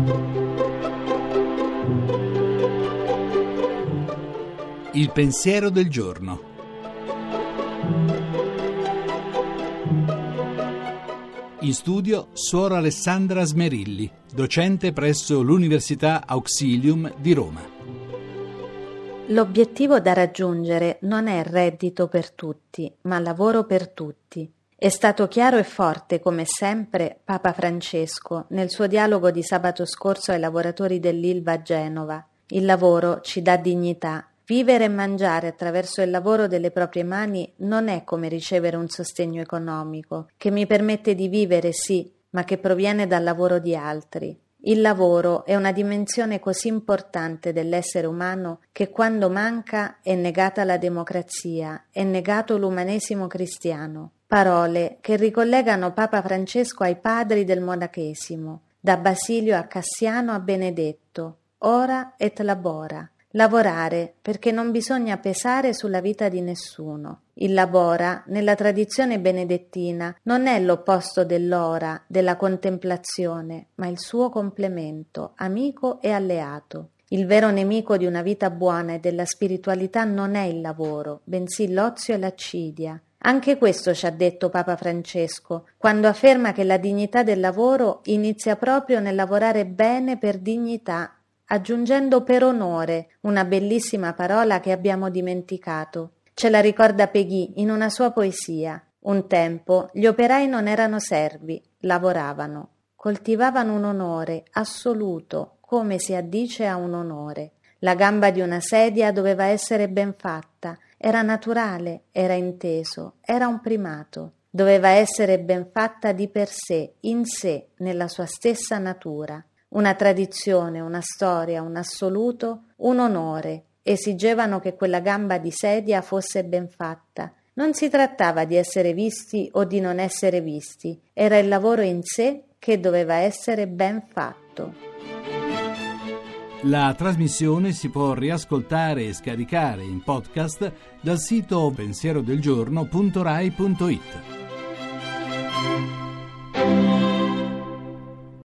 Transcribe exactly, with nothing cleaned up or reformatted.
Il pensiero del giorno. In studio Suor Alessandra Smerilli, docente presso l'Università Auxilium di Roma. L'obiettivo da raggiungere non è reddito per tutti, ma lavoro per tutti. È stato chiaro e forte, come sempre, Papa Francesco nel suo dialogo di sabato scorso ai lavoratori dell'Ilva a Genova. Il lavoro ci dà dignità. Vivere e mangiare attraverso il lavoro delle proprie mani non è come ricevere un sostegno economico, che mi permette di vivere, sì, ma che proviene dal lavoro di altri. Il lavoro è una dimensione così importante dell'essere umano che quando manca è negata la democrazia, è negato l'umanesimo cristiano. Parole che ricollegano Papa Francesco ai padri del monachesimo, da Basilio a Cassiano a Benedetto, ora et labora. Lavorare, perché non bisogna pesare sulla vita di nessuno. Il labora, nella tradizione benedettina, non è l'opposto dell'ora, della contemplazione, ma il suo complemento, amico e alleato. Il vero nemico di una vita buona e della spiritualità non è il lavoro, bensì l'ozio e l'accidia. Anche questo ci ha detto Papa Francesco, quando afferma che la dignità del lavoro inizia proprio nel lavorare bene per dignità, aggiungendo per onore, una bellissima parola che abbiamo dimenticato. Ce la ricorda Peggy in una sua poesia. Un tempo gli operai non erano servi, lavoravano, coltivavano un onore assoluto, come si addice a un onore. La gamba di una sedia doveva essere ben fatta, era naturale, era inteso, era un primato. Doveva essere ben fatta di per sé, in sé, nella sua stessa natura. Una tradizione, una storia, un assoluto, un onore, esigevano che quella gamba di sedia fosse ben fatta. Non si trattava di essere visti o di non essere visti, era il lavoro in sé che doveva essere ben fatto. La trasmissione si può riascoltare e scaricare in podcast dal sito pensierodelgiorno punto rai punto it.